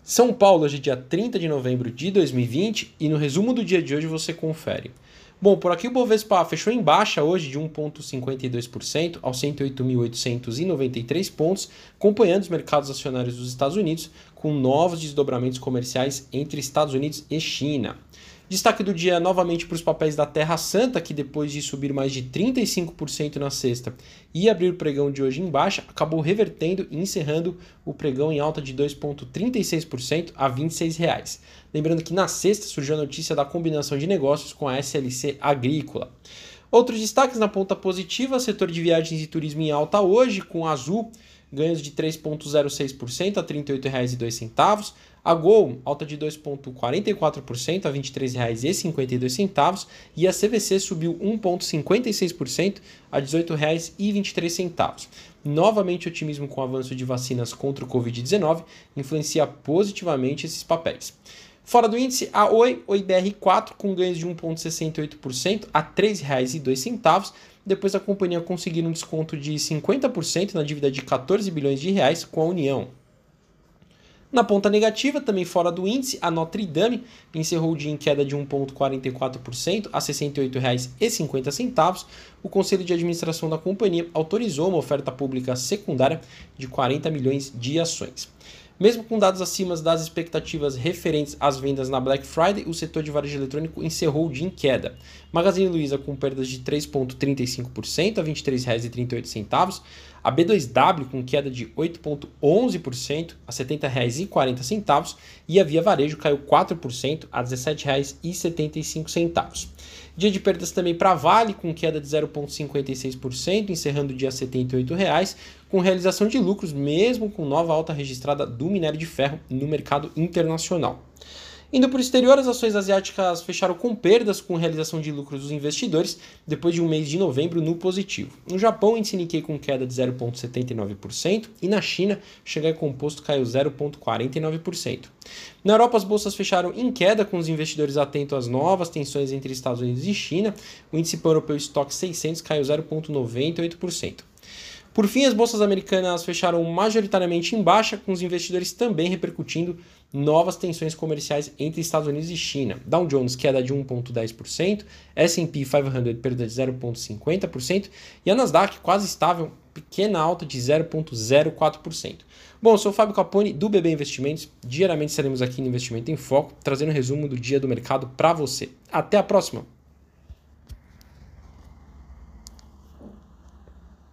São Paulo, hoje é dia 30 de novembro de 2020 e no resumo do dia de hoje você confere. Bom, por aqui o Bovespa fechou em baixa hoje de 1,52% aos 108.893 pontos, acompanhando os mercados acionários dos Estados Unidos com novos desdobramentos comerciais entre Estados Unidos e China. Destaque do dia novamente para os papéis da Terra Santa, que depois de subir mais de 35% na sexta e abrir o pregão de hoje em baixa, acabou revertendo e encerrando o pregão em alta de 2,36% a R$ 26. Lembrando que na sexta surgiu a notícia da combinação de negócios com a SLC Agrícola. Outros destaques na ponta positiva, setor de viagens e turismo em alta hoje, com a Azul ganhos de 3,06% a R$ 38,02. A Gol, alta de 2,44% a R$ 23,52. E a CVC subiu 1,56% a R$ 18,23. Novamente, otimismo com o avanço de vacinas contra o Covid-19 influencia positivamente esses papéis. Fora do índice, a Oi BR4 com ganhos de 1,68% a R$ 3,02, depois da companhia conseguir um desconto de 50% na dívida de 14 bilhões de reais com a União. Na ponta negativa, também fora do índice, a Notre Dame encerrou o dia em queda de 1,44% a R$ 68,50. O Conselho de Administração da companhia autorizou uma oferta pública secundária de 40 milhões de ações. Mesmo com dados acima das expectativas referentes às vendas na Black Friday, o setor de varejo eletrônico encerrou o dia em queda. Magazine Luiza com perdas de 3,35% a R$ 23,38. A B2W com queda de 8,11% a R$ 70,40. E a Via Varejo caiu 4% a R$ 17,75. Dia de perdas também para a Vale, com queda de 0,56%, encerrando o dia a R$ 78, com realização de lucros, mesmo com nova alta registrada do minério de ferro no mercado internacional. Indo para o exterior, as ações asiáticas fecharam com perdas com realização de lucros dos investidores, depois de um mês de novembro no positivo. No Japão, o índice Nikkei com queda de 0,79% e na China, o Xangai Composto caiu 0,49%. Na Europa, as bolsas fecharam em queda, com os investidores atentos às novas tensões entre Estados Unidos e China. O índice pan-europeu Stoxx 600 caiu 0,98%. Por fim, as bolsas americanas fecharam majoritariamente em baixa, com os investidores também repercutindo novas tensões comerciais entre Estados Unidos e China. Dow Jones queda de 1,10%, S&P 500 perda de 0,50% e a Nasdaq quase estável, pequena alta de 0,04%. Bom, eu sou o Fábio Capone do BB Investimentos. Diariamente estaremos aqui no Investimento em Foco, trazendo um resumo do dia do mercado para você. Até a próxima!